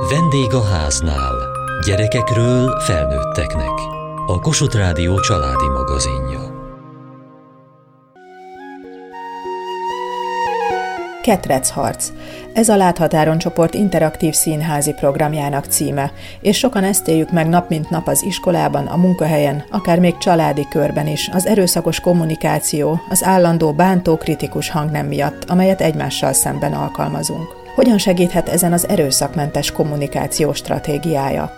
Vendég a háznál. Gyerekekről felnőtteknek. A Kossuth Rádió családi magazinja. Ketrecharc. Ez a Láthatáron csoport interaktív színházi programjának címe, és sokan ezt éljük meg nap mint nap az iskolában, a munkahelyen, akár még családi körben is, az erőszakos kommunikáció, az állandó bántó kritikus hangnem miatt, amelyet egymással szemben alkalmazunk. Hogyan segíthet ezen az erőszakmentes kommunikáció stratégiája?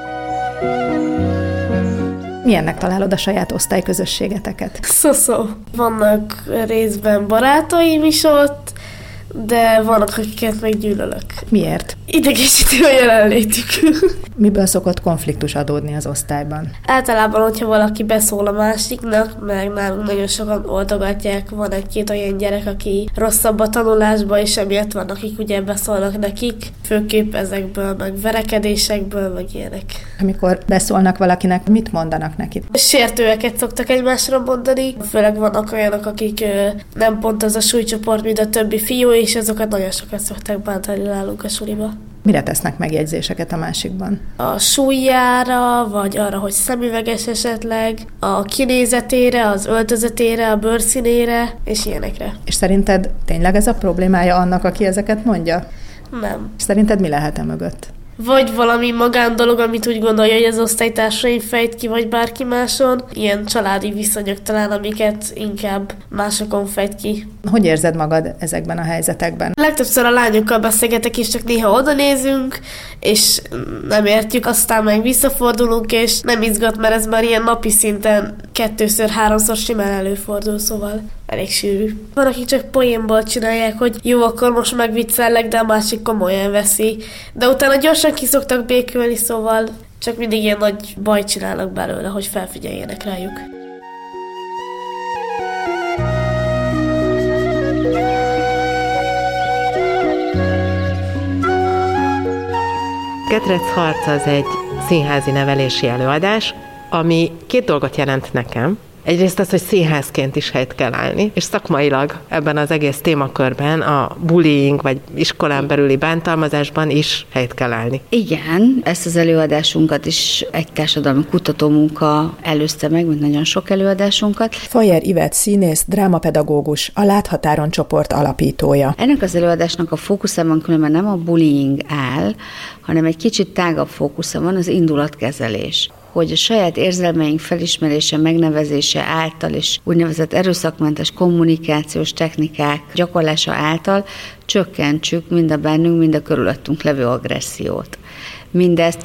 Milyennek találod a saját osztályközösségeteket? Szó. Vannak részben barátaim is ott, de vannak, akiket meggyűlölök. Miért? Idegesítő a jelenlétük. Miből szokott konfliktus adódni az osztályban? Általában, hogyha valaki beszól a másiknak, meg nálunk nagyon sokan oldogatják, van egy-két olyan gyerek, aki rosszabb a tanulásba, és emiatt van, akik ugye beszólnak nekik, főképp ezekből, meg verekedésekből, meg ilyenek. Amikor beszólnak valakinek, mit mondanak neki? Sértőeket szoktak egymásra mondani, főleg vannak olyanok, akik nem pont az a súlycsoport, mint a többi fiú, és azokat nagyon sokat szokták bántani nálunk a suliba. Mire tesznek megjegyzéseket a másikban? A súlyjára, vagy arra, hogy szemüveges esetleg, a kinézetére, az öltözetére, a bőrszínére, és ilyenekre. És szerinted tényleg ez a problémája annak, aki ezeket mondja? Nem. Szerinted mi lehet mögött? Vagy valami magándolog, amit úgy gondolja, hogy az osztálytársaim fejt ki, vagy bárki máson. Ilyen családi viszonyok talán, amiket inkább másokon fejt ki. Hogy érzed magad ezekben a helyzetekben? Legtöbbször a lányokkal beszélgetek, és csak néha oda nézünk, és nem értjük, aztán meg visszafordulunk, és nem izgat, mert ez már ilyen napi szinten 2-3-szor simán előfordul, szóval elég sűrű. Van, akik csak poénból csinálják, hogy jó, akkor most megviccellek, de a másik komolyan veszi. De utána gyorsan ki szoktak békülni, szóval csak mindig ilyen nagy baj csinálnak belőle, hogy felfigyeljenek rájuk. Ketrecharc az egy színházi nevelési előadás, ami két dolgot jelent nekem. Egyrészt az, hogy színházként is helyt kell állni, és szakmailag ebben az egész témakörben a bullying vagy iskolán belüli bántalmazásban is helyt kell állni. Igen, ezt az előadásunkat is egy társadalmi kutatómunka előzte meg, mint nagyon sok előadásunkat. Fajer Ivett színész, drámapedagógus, a Láthatáron csoport alapítója. Ennek az előadásnak a fókuszában különben nem a bullying áll, hanem egy kicsit tágabb fókusza van, az indulatkezelés. Hogy a saját érzelmeink felismerése, megnevezése által és úgynevezett erőszakmentes kommunikációs technikák gyakorlása által csökkentsük mind a bennünk, mind a körülöttünk levő agressziót. Mindezt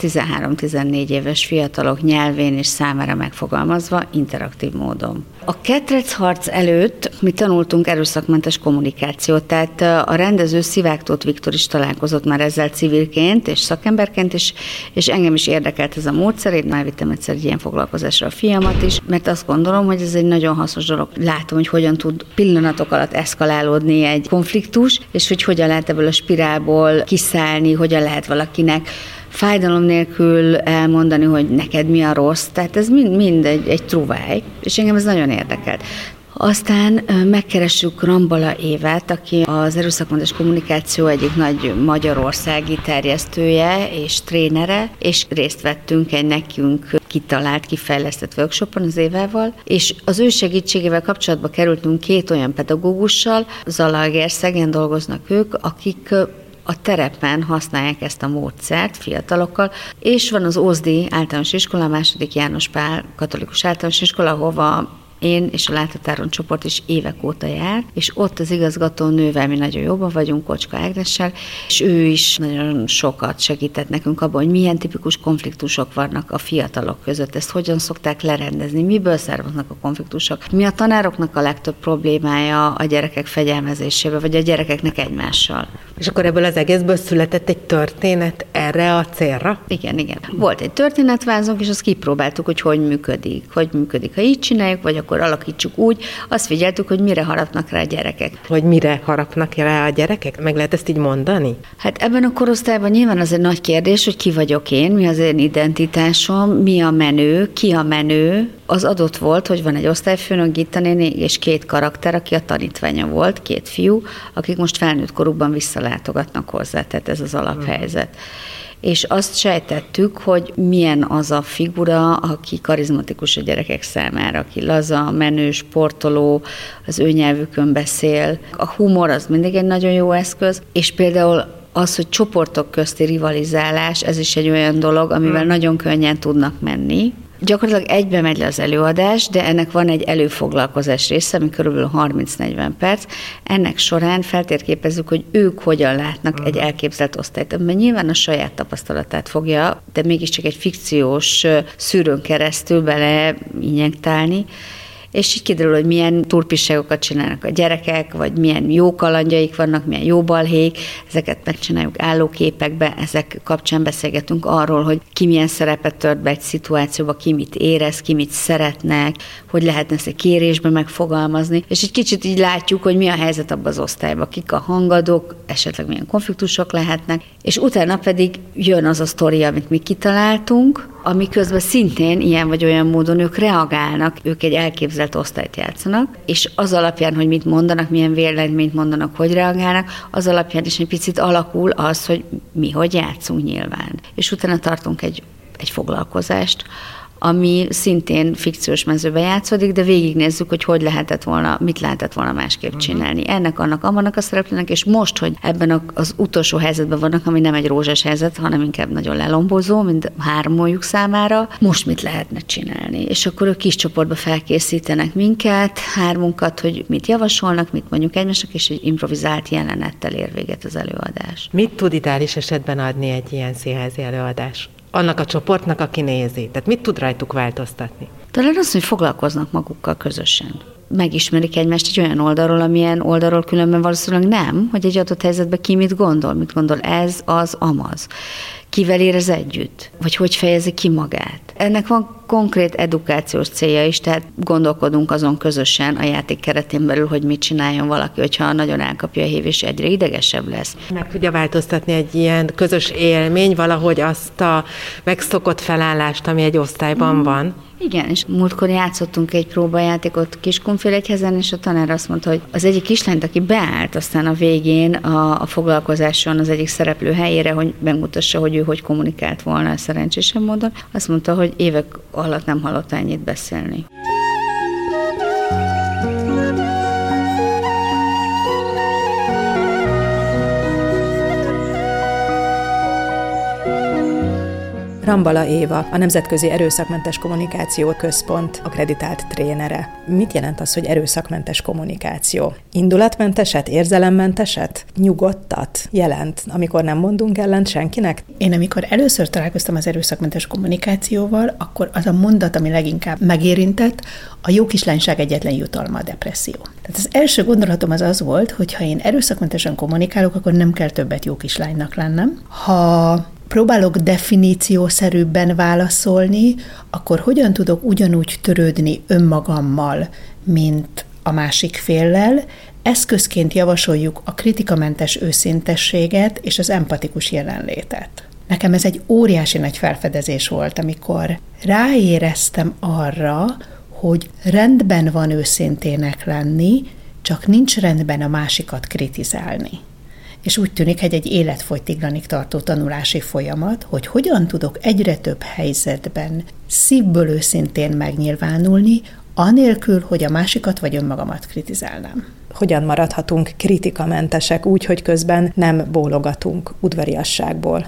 13-14 éves fiatalok nyelvén és számára megfogalmazva, interaktív módon. A Ketrecharc előtt mi tanultunk erőszakmentes kommunikációt, tehát a rendező Szivák Tóth Viktor is találkozott már ezzel civilként és szakemberként, és engem is érdekelt ez a módszer, én már vittem egyszer egy ilyen foglalkozásra a fiamat is, mert azt gondolom, hogy ez egy nagyon hasznos dolog. Látom, hogy hogyan tud pillanatok alatt eszkalálódni egy konfliktus, és hogy hogyan lehet ebből a spirálból kiszállni, hogyan lehet valakinek fájdalom nélkül elmondani, hogy neked mi a rossz, tehát ez mind egy truváj, és engem ez nagyon érdekelt. Aztán megkeressük Rambala Évet, aki az erőszakmentes kommunikáció egyik nagy magyarországi terjesztője és trénere, és részt vettünk egy nekünk kitalált, kifejlesztett workshopon az Évával, és az ő segítségével kapcsolatba kerültünk két olyan pedagógussal, Zalaegerszegen dolgoznak ők, akik a terepen használják ezt a módszert fiatalokkal, és van az Ózdi általános iskola, a II. János Pál katolikus általános iskola, ahova én és a Láthatáron csoport is évek óta jár, és ott az igazgatónővel mi nagyon jóban vagyunk, Kocska Ágnessel, és ő is nagyon sokat segített nekünk abban, hogy milyen tipikus konfliktusok vannak a fiatalok között, ezt hogyan szokták lerendezni, miből származnak a konfliktusok, mi a tanároknak a legtöbb problémája a gyerekek fegyelmezésével, vagy a gyerekeknek egymással. És akkor ebből az egészből született egy történet erre a célra? Igen. Volt egy történetvázunk, és azt kipróbáltuk, hogy működik. Hogy működik, ha így csináljuk, vagy akkor alakítsuk úgy. Azt figyeltük, hogy mire harapnak rá a gyerekek. Hogy mire harapnak rá a gyerekek? Meg lehet ezt így mondani? Hát ebben a korosztályban nyilván az egy nagy kérdés, hogy ki vagyok én, mi az én identitásom, mi a menő, ki a menő. Az adott volt, hogy van egy osztályfőnök, Gitta néni, és két karakter, aki a tanítványa volt, két fiú, akik most felnőtt korukban visszalátogatnak hozzá, tehát ez az alaphelyzet. és azt sejtettük, hogy milyen az a figura, aki karizmatikus a gyerekek számára, aki laza, menő, sportoló, az ő nyelvükön beszél. A humor az mindig egy nagyon jó eszköz, és például az, hogy csoportok közti rivalizálás, ez is egy olyan dolog, amivel nagyon könnyen tudnak menni. Gyakorlatilag egybe megy le az előadás, de ennek van egy előfoglalkozás része, ami körülbelül 30-40 perc. Ennek során feltérképezzük, hogy ők hogyan látnak egy elképzelt osztályt, amiben nyilván a saját tapasztalatát fogja, de mégiscsak egy fikciós szűrőn keresztül bele injektálni, és így kiderül, hogy milyen turpisságokat csinálnak a gyerekek, vagy milyen jó kalandjaik vannak, milyen jó balhék, ezeket megcsináljuk állóképekbe, ezek kapcsán beszélgetünk arról, hogy ki milyen szerepet tört be egy szituációba, ki mit érez, ki mit szeretnek, hogy lehetne ezt egy kérésbe megfogalmazni, és egy kicsit így látjuk, hogy mi a helyzet abban az osztályban, kik a hangadók, esetleg milyen konfliktusok lehetnek, és utána pedig jön az a sztori, amit mi kitaláltunk, ami közben szintén ilyen vagy olyan módon ők reagálnak, ők egy elképzelt osztályt játszanak, és az alapján, hogy mit mondanak, milyen véleményt mondanak, hogy reagálnak, az alapján is egy picit alakul az, hogy mi hogy játszunk nyilván. És utána tartunk egy foglalkozást, ami szintén fikciós mezőben játszódik, de végignézzük, hogy lehetett volna, mit lehetett volna másképp csinálni. Ennek, annak a szereplőnek, és most, hogy ebben az utolsó helyzetben vannak, ami nem egy rózsás helyzet, hanem inkább nagyon lelombozó, mint hármójuk számára, most mit lehetne csinálni. És akkor ők kis csoportba felkészítenek minket, hármunkat, hogy mit javasolnak, mit mondjuk egymásnak, és egy improvizált jelenettel ér véget az előadás. Mit tud ideális esetben adni egy ilyen színházi előadás? Annak a csoportnak, aki nézi. Tehát mit tud rajtuk változtatni? Talán az, hogy foglalkoznak magukkal közösen. Megismerik egymást egy olyan oldalról, amilyen oldalról különben valószínűleg nem, hogy egy adott helyzetben ki mit gondol ez, az, amaz. Kivel érez együtt, vagy hogy fejezi ki magát. Ennek van konkrét edukációs célja is, tehát gondolkodunk azon közösen a játék keretén belül, hogy mit csináljon valaki, hogyha nagyon elkapja a hív, és egyre idegesebb lesz. Meg tudja változtatni egy ilyen közös élmény, valahogy azt a megszokott felállást, ami egy osztályban van. Igen, és múltkor játszottunk egy próbajátékot Kiskunfélegyhezen, és a tanár azt mondta, hogy az egyik kislányt, aki beállt aztán a végén a foglalkozáson az egyik szereplő helyére, hogy megmutassa, hogy ő hogy kommunikált volna szerencsésen módon, azt mondta, hogy évek alatt nem hallotta ennyit beszélni. Rambala Éva, a Nemzetközi Erőszakmentes Kommunikáció Központ akkreditált trénere. Mit jelent az, hogy erőszakmentes kommunikáció? Indulatmenteset, érzelemmenteset, nyugodtat jelent, amikor nem mondunk ellent senkinek? Én amikor először találkoztam az erőszakmentes kommunikációval, akkor az a mondat, ami leginkább megérintett, a jó kislányság egyetlen jutalma a depresszió. Tehát az első gondolatom az volt, hogy ha én erőszakmentesen kommunikálok, akkor nem kell többet jó kislánynak lennem. Ha próbálok definíciószerűbben válaszolni, akkor hogyan tudok ugyanúgy törődni önmagammal, mint a másik féllel? Eszközként javasoljuk a kritikamentes őszintességet és az empatikus jelenlétet. Nekem ez egy óriási nagy felfedezés volt, amikor ráéreztem arra, hogy rendben van őszintének lenni, csak nincs rendben a másikat kritizálni. És úgy tűnik, hogy egy életfogytiglanig tartó tanulási folyamat, hogy hogyan tudok egyre több helyzetben szívből őszintén megnyilvánulni, anélkül, hogy a másikat vagy önmagamat kritizálnám. Hogyan maradhatunk kritikamentesek úgy, hogy közben nem bólogatunk udvariasságból?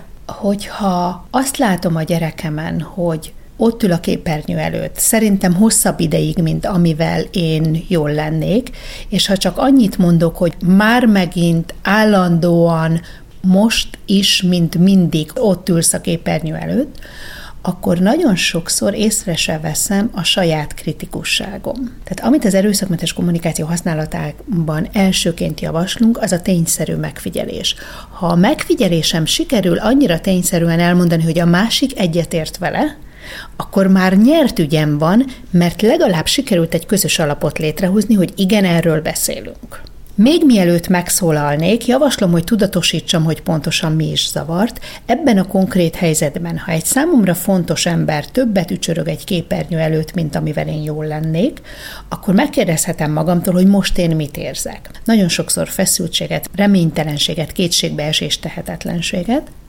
Hogyha azt látom a gyerekemen, hogy ott ül a képernyő előtt, szerintem hosszabb ideig, mint amivel én jól lennék, és ha csak annyit mondok, hogy már megint állandóan, most is, mint mindig ott ülsz a képernyő előtt, akkor nagyon sokszor észre se veszem a saját kritikusságom. Tehát amit az erőszakmentes kommunikáció használatában elsőként javaslunk, az a tényszerű megfigyelés. Ha a megfigyelésem sikerül annyira tényszerűen elmondani, hogy a másik egyetért vele, akkor már nyert ügyem van, mert legalább sikerült egy közös alapot létrehozni, hogy igen, erről beszélünk. Még mielőtt megszólalnék, javaslom, hogy tudatosítsam, hogy pontosan mi is zavart. Ebben a konkrét helyzetben, ha egy számomra fontos ember többet ücsörög egy képernyő előtt, mint amivel én jól lennék, akkor megkérdezhetem magamtól, hogy most én mit érzek. Nagyon sokszor feszültséget, reménytelenséget, kétségbeesést, tehetetlenséget. Az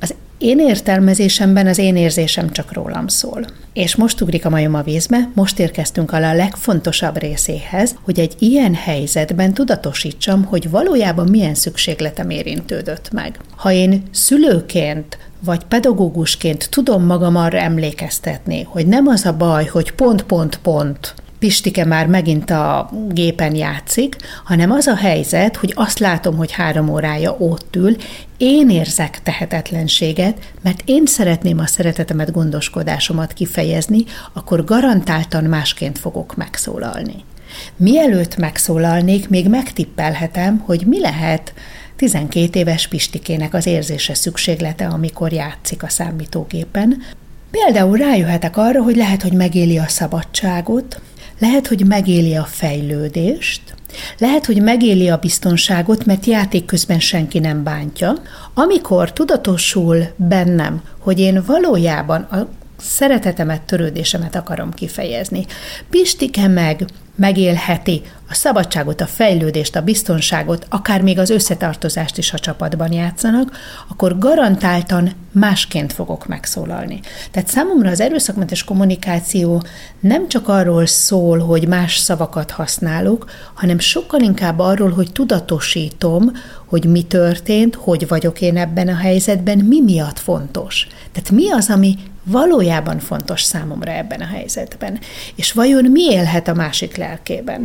én értelmezésemben az én érzésem csak rólam szól. És most ugrik a majom a vízbe, most érkeztünk a legfontosabb részéhez, hogy egy ilyen helyzetben tudatosítsam, hogy valójában milyen szükségletem érintődött meg. Ha én szülőként vagy pedagógusként tudom magam arra emlékeztetni, hogy nem az a baj, hogy pont, Pistike már megint a gépen játszik, hanem az a helyzet, hogy azt látom, hogy 3 órája ott ül, én érzek tehetetlenséget, mert én szeretném a szeretetemet, gondoskodásomat kifejezni, akkor garantáltan másként fogok megszólalni. Mielőtt megszólalnék, még megtippelhetem, hogy mi lehet 12 éves Pistikének az érzése, szükséglete, amikor játszik a számítógépen. Például rájöhetek arra, hogy lehet, hogy megéli a szabadságot, lehet, hogy megéli a fejlődést, lehet, hogy megéli a biztonságot, mert játék közben senki nem bántja. Amikor tudatosul bennem, hogy én valójában a szeretetemet, törődésemet akarom kifejezni, Pistike megélheti a szabadságot, a fejlődést, a biztonságot, akár még az összetartozást is, ha csapatban játszanak, akkor garantáltan másként fogok megszólalni. Tehát számomra az erőszakmentes kommunikáció nem csak arról szól, hogy más szavakat használok, hanem sokkal inkább arról, hogy tudatosítom, hogy mi történt, hogy vagyok én ebben a helyzetben, mi miatt fontos. Tehát mi az, ami valójában fontos számomra ebben a helyzetben, és vajon mi élhet a másik lelkében.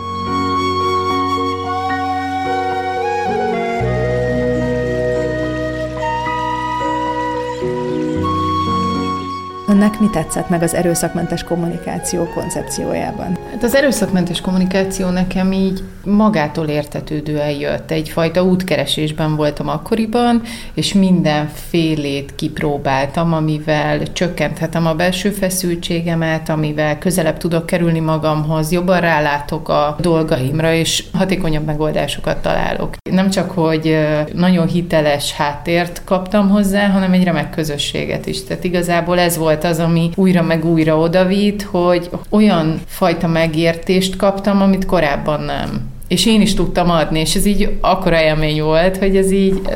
Önnek mi tetszett meg az erőszakmentes kommunikáció koncepciójában? Hát az erőszakmentes kommunikáció nekem így magától értetődően jött. Egyfajta útkeresésben voltam akkoriban, és mindenfélét kipróbáltam, amivel csökkenthetem a belső feszültségemet, amivel közelebb tudok kerülni magamhoz, jobban rálátok a dolgaimra, és hatékonyabb megoldásokat találok. Nem csak, hogy nagyon hiteles háttért kaptam hozzá, hanem egy remek közösséget is. Tehát igazából ez volt az, ami újra meg újra odavitt, hogy olyan fajta megértést kaptam, amit korábban nem. És én is tudtam adni, és ez így akkora élmény volt, hogy ez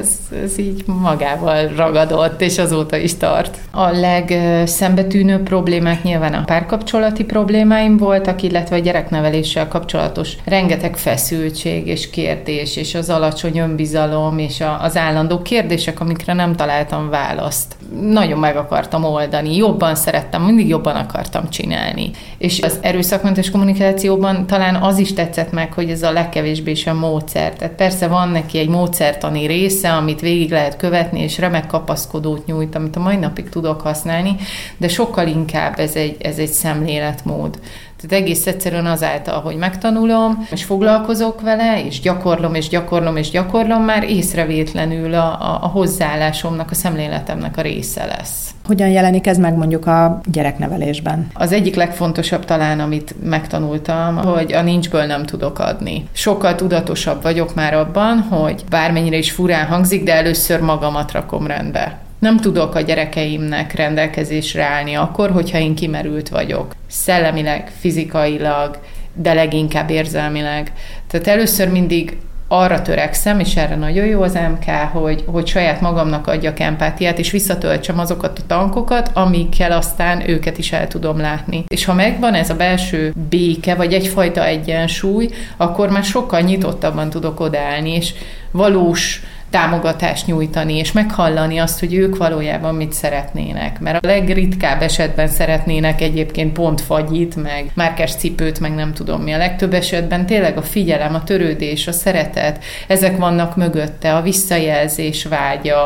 így magával ragadott, és azóta is tart. A legszembetűnőbb problémák nyilván a párkapcsolati problémáim voltak, illetve a gyerekneveléssel kapcsolatos rengeteg feszültség és kérdés, és az alacsony önbizalom, és az állandó kérdések, amikre nem találtam választ. Nagyon meg akartam oldani, jobban szerettem, mindig jobban akartam csinálni. És az erőszakmentes kommunikációban talán az is tetszett meg, hogy ez a legkevésbé sem módszer. Tehát persze van neki egy módszertani része, amit végig lehet követni, és remek kapaszkodót nyújt, amit a mai napig tudok használni, de sokkal inkább ez egy szemléletmód. Tehát egész egyszerűen azáltal, hogy megtanulom, és foglalkozok vele, és gyakorlom, már észrevétlenül a hozzáállásomnak, a szemléletemnek a része lesz. Hogyan jelenik ez meg mondjuk a gyereknevelésben? Az egyik legfontosabb talán, amit megtanultam, hogy a nincsből nem tudok adni. Sokkal tudatosabb vagyok már abban, hogy bármennyire is furán hangzik, de először magamat rakom rendbe. Nem tudok a gyerekeimnek rendelkezésre állni akkor, hogyha én kimerült vagyok. Szellemileg, fizikailag, de leginkább érzelmileg. Tehát először mindig arra törekszem, és erre nagyon jó az MK, hogy saját magamnak adjak empátiát, és visszatöltsem azokat a tankokat, amikkel aztán őket is el tudom látni. És ha megvan ez a belső béke, vagy egyfajta egyensúly, akkor már sokkal nyitottabban tudok odaállni, és valós támogatást nyújtani, és meghallani azt, hogy ők valójában mit szeretnének. Mert a legritkább esetben szeretnének egyébként pont fagyit, meg márkás cipőt, meg nem tudom mi. A legtöbb esetben tényleg a figyelem, a törődés, a szeretet, ezek vannak mögötte, a visszajelzés vágya,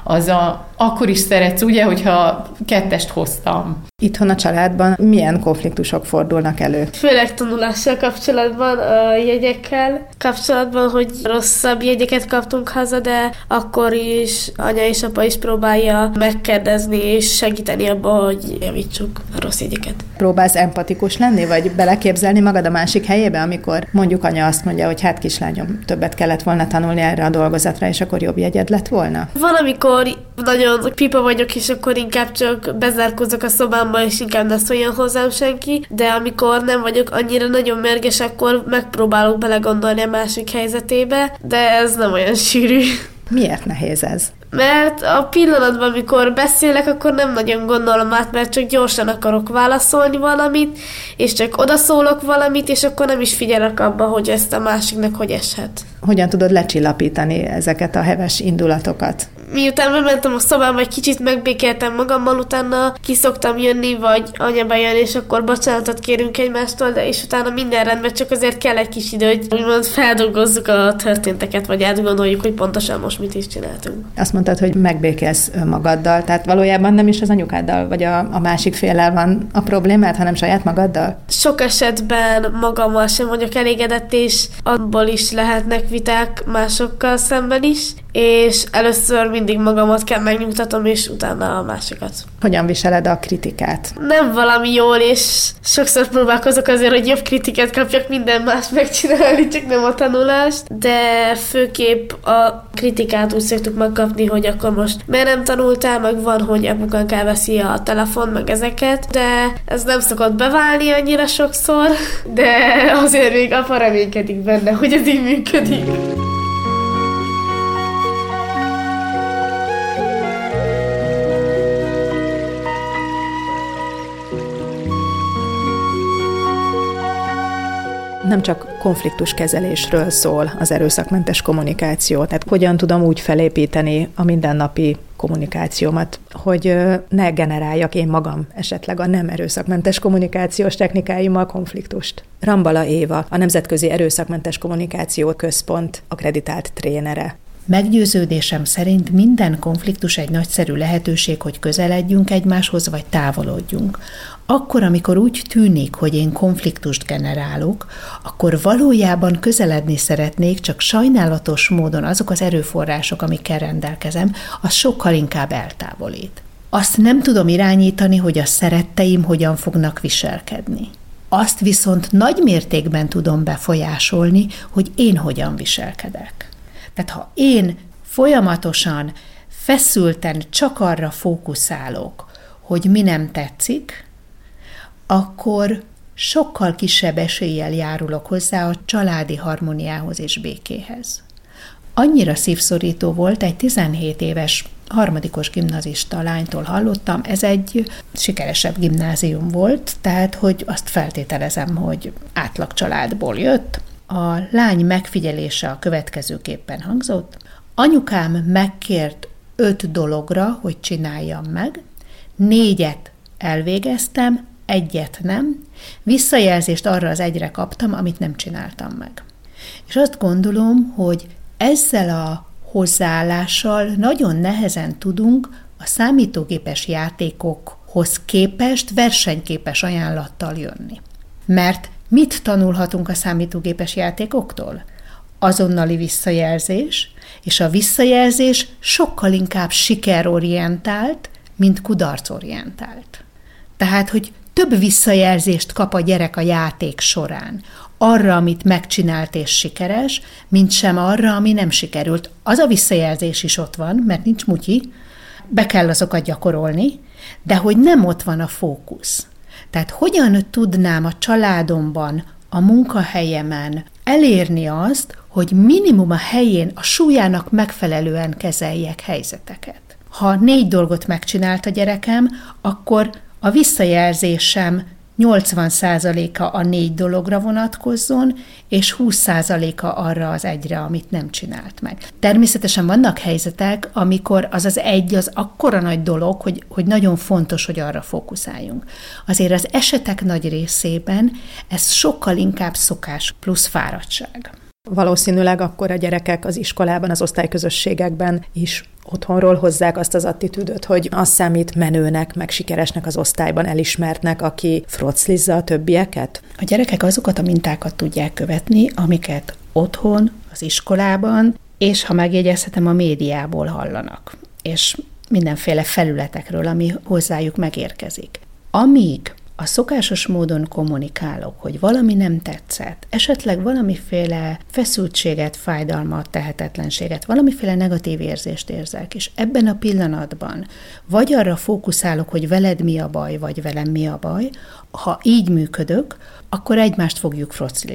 akkor is szeretsz, ugye, hogyha 2-est hoztam. Itthon a családban milyen konfliktusok fordulnak elő? Főleg tanulással kapcsolatban, a jegyekkel kapcsolatban, hogy rosszabb jegyeket kaptunk haza, de akkor is anya és apa is próbálja megkérdezni és segíteni abban, hogy javítsuk a rossz jegyeket. Próbálsz empatikus lenni, vagy beleképzelni magad a másik helyébe, amikor mondjuk anya azt mondja, hogy hát kislányom, többet kellett volna tanulni erre a dolgozatra, és akkor jobb jegyed lett volna? Van, amikor nagyon pipa vagyok, és akkor inkább csak bezárkózok a szobámba, és inkább ne szóljon hozzám senki, de amikor nem vagyok annyira nagyon mérges, akkor megpróbálok belegondolni a másik helyzetébe, de ez nem olyan sűrű. Miért nehéz ez? Mert a pillanatban, amikor beszélek, akkor nem nagyon gondolom át, mert csak gyorsan akarok válaszolni valamit, és csak odaszólok valamit, és akkor nem is figyelek abba, hogy ezt a másiknak hogy eshet. Hogyan tudod lecsillapítani ezeket a heves indulatokat? Miután bementem a szobába, egy kicsit megbékeltem magammal, utána ki szoktam jönni, vagy anya bejön, és akkor bocsánatot kérünk egymástól, de és utána minden rendben, csak azért kell egy kis idő, hogy úgymond feldolgozzuk a történteket, vagy átgondoljuk, hogy pontosan most mit is csináltunk. Azt mondtad, hogy megbékélsz önmagaddal, tehát valójában nem is az anyukáddal, vagy a másik féllel van a problémát, hanem saját magaddal? Sok esetben magammal sem vagyok elégedett, és abból is lehetnek viták másokkal szemben is, és először mindig magamat kell megnyugtatom, és utána a másikat. Hogyan viseled a kritikát? Nem valami jól, és sokszor próbálkozok azért, hogy jobb kritikát kapjak, minden más megcsinálni, csak nem a tanulást, de főképp a kritikát úgy szoktuk megkapni, hogy akkor most miért nem tanultál, meg van, hogy apukánk elveszi a telefon, meg ezeket, de ez nem szokott beválni annyira sokszor, de azért még apa reménykedik benne, hogy ez így működik. Nem csak konfliktuskezelésről szól az erőszakmentes kommunikáció, tehát hogyan tudom úgy felépíteni a mindennapi kommunikációmat, hogy ne generáljak én magam esetleg a nem erőszakmentes kommunikációs technikáimmal konfliktust. Rambala Éva, a Nemzetközi Erőszakmentes Kommunikáció Központ akkreditált trénere. Meggyőződésem szerint minden konfliktus egy nagyszerű lehetőség, hogy közeledjünk egymáshoz, vagy távolodjunk. Akkor, amikor úgy tűnik, hogy én konfliktust generálok, akkor valójában közeledni szeretnék, csak sajnálatos módon azok az erőforrások, amikkel rendelkezem, az sokkal inkább eltávolít. Azt nem tudom irányítani, hogy a szeretteim hogyan fognak viselkedni. Azt viszont nagy mértékben tudom befolyásolni, hogy én hogyan viselkedek. Tehát ha én folyamatosan, feszülten csak arra fókuszálok, hogy mi nem tetszik, akkor sokkal kisebb eséllyel járulok hozzá a családi harmóniához és békéhez. Annyira szívszorító volt, egy 17 éves harmadikos gimnazista lánytól hallottam, ez egy sikeresebb gimnázium volt, tehát hogy azt feltételezem, hogy átlag családból jött. A lány megfigyelése a következőképpen hangzott. Anyukám megkért 5 dologra, hogy csináljam meg, 4 elvégeztem, 1 nem, visszajelzést arra az 1-re kaptam, amit nem csináltam meg. És azt gondolom, hogy ezzel a hozzáállással nagyon nehezen tudunk a számítógépes játékokhoz képest versenyképes ajánlattal jönni. Mert mit tanulhatunk a számítógépes játékoktól? Azonnali visszajelzés, és a visszajelzés sokkal inkább sikerorientált, mint kudarcorientált. Tehát, hogy több visszajelzést kap a gyerek a játék során, arra, amit megcsinált és sikeres, mint sem arra, ami nem sikerült. Az a visszajelzés is ott van, mert nincs mutyi, be kell azokat gyakorolni, de hogy nem ott van a fókusz. Tehát hogyan tudnám a családomban, a munkahelyemen elérni azt, hogy minimum a helyén, a súlyának megfelelően kezeljek helyzeteket. Ha 4 dolgot megcsinált a gyerekem, akkor a visszajelzésem 80%-a a 4 dologra vonatkozzon, és 20%-a arra az 1-re, amit nem csinált meg. Természetesen vannak helyzetek, amikor az az 1 az akkora nagy dolog, hogy nagyon fontos, hogy arra fókuszáljunk. Azért az esetek nagy részében ez sokkal inkább szokás plusz fáradtság. Valószínűleg akkor a gyerekek az iskolában, az osztályközösségekben is otthonról hozzák azt az attitűdöt, hogy az számít menőnek, meg sikeresnek az osztályban, elismertnek, aki froclizza a többieket? A gyerekek azokat a mintákat tudják követni, amiket otthon, az iskolában, és ha megjegyezhetem, a médiából hallanak, és mindenféle felületekről, ami hozzájuk megérkezik. Amíg a szokásos módon kommunikálok, hogy valami nem tetszett, esetleg valamiféle feszültséget, fájdalmat, tehetetlenséget, valamiféle negatív érzést érzek, és ebben a pillanatban vagy arra fókuszálok, hogy veled mi a baj, vagy velem mi a baj, ha így működök, akkor egymást fogjuk froclizni.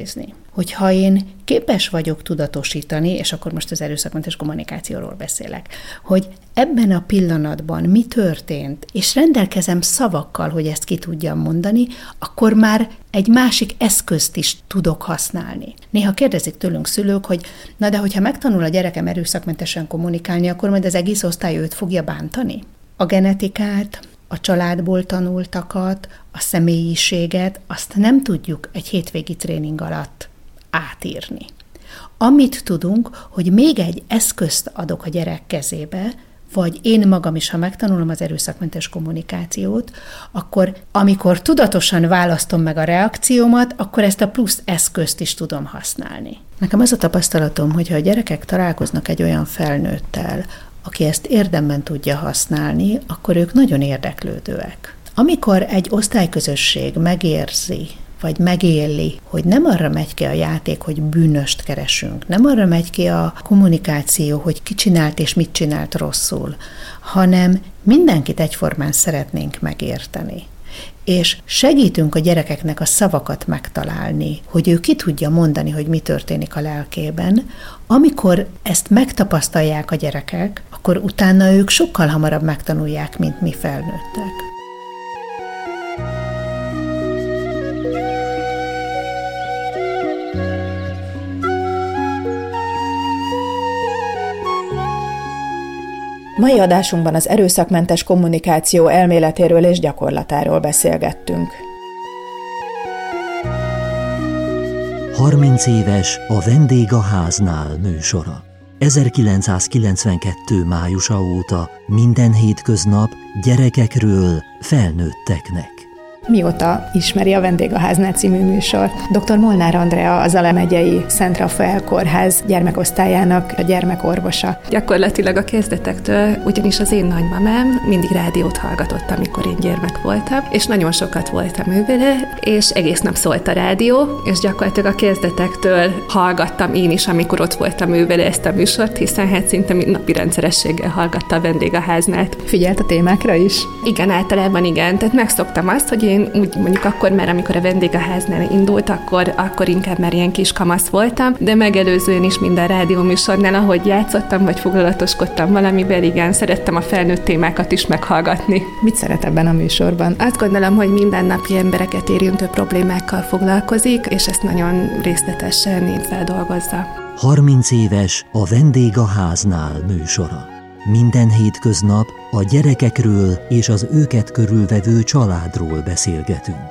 hogyha én képes vagyok tudatosítani, és akkor most az erőszakmentes kommunikációról beszélek, hogy ebben a pillanatban mi történt, és rendelkezem szavakkal, hogy ezt ki tudjam mondani, akkor már egy másik eszközt is tudok használni. Néha kérdezik tőlünk szülők, hogy na de hogyha megtanul a gyerekem erőszakmentesen kommunikálni, akkor majd az egész osztály őt fogja bántani? A genetikát, a családból tanultakat, a személyiséget, azt nem tudjuk egy hétvégi tréning alatt átírni. Amit tudunk, hogy még egy eszközt adok a gyerek kezébe, vagy én magam is, ha megtanulom az erőszakmentes kommunikációt, akkor amikor tudatosan választom meg a reakciómat, akkor ezt a plusz eszközt is tudom használni. Nekem az a tapasztalatom, hogyha a gyerekek találkoznak egy olyan felnőttel, aki ezt érdemben tudja használni, akkor ők nagyon érdeklődőek. Amikor egy osztályközösség megérzi, vagy megéli, hogy nem arra megy ki a játék, hogy bűnöst keresünk, nem arra megy ki a kommunikáció, hogy ki csinált és mit csinált rosszul, hanem mindenkit egyformán szeretnénk megérteni. És segítünk a gyerekeknek a szavakat megtalálni, hogy ő ki tudja mondani, hogy mi történik a lelkében. Amikor ezt megtapasztalják a gyerekek, akkor utána ők sokkal hamarabb megtanulják, mint mi felnőttek. Mai adásunkban az erőszakmentes kommunikáció elméletéről és gyakorlatáról beszélgettünk. 30 éves a Vendég a háznál műsora. 1992. májusa óta minden hétköznap gyerekekről felnőtteknek. Mióta ismeri a Vendég a háznál című műsort? Dr. Molnár Andrea, a Zala megyei Szent Rafael kórház gyermekosztályának a gyermekorvosa. Gyakorlatilag a kezdetektől, ugyanis az én nagymamám mindig rádiót hallgatott, amikor én gyermek voltam, és nagyon sokat voltam ő vele, és egész nap szólt a rádió, és gyakorlatilag a kezdetektől hallgattam én is, amikor ott voltam ő vele ezt a műsort, hiszen hát szinte napi rendszerességgel hallgatta a Vendég a háznál. Figyelt a témákra is? Igen, általában igen, tehát megszoktam azt, hogy én úgy mondjuk akkor már, amikor a Vendég a háznál indult, akkor inkább már ilyen kis kamasz voltam, de megelőzően is minden rádióműsornál, ahogy játszottam, vagy foglalatoskodtam valamivel, igen, szerettem a felnőtt témákat is meghallgatni. Mit szeret ebben a műsorban? Azt gondolom, hogy mindennapi embereket érintő problémákkal foglalkozik, és ezt nagyon részletesen feldolgozza. 30 éves a Vendég a háznál műsora. Minden hétköznap a gyerekekről és az őket körülvevő családról beszélgetünk.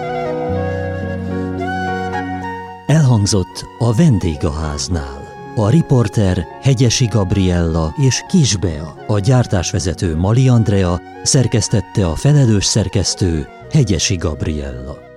Elhangzott a Vendég a háznál. A riporter Hegyesi Gabriella és Kis Bea, a gyártásvezető Mali Andrea, szerkesztette a felelős szerkesztő Hegyesi Gabriella.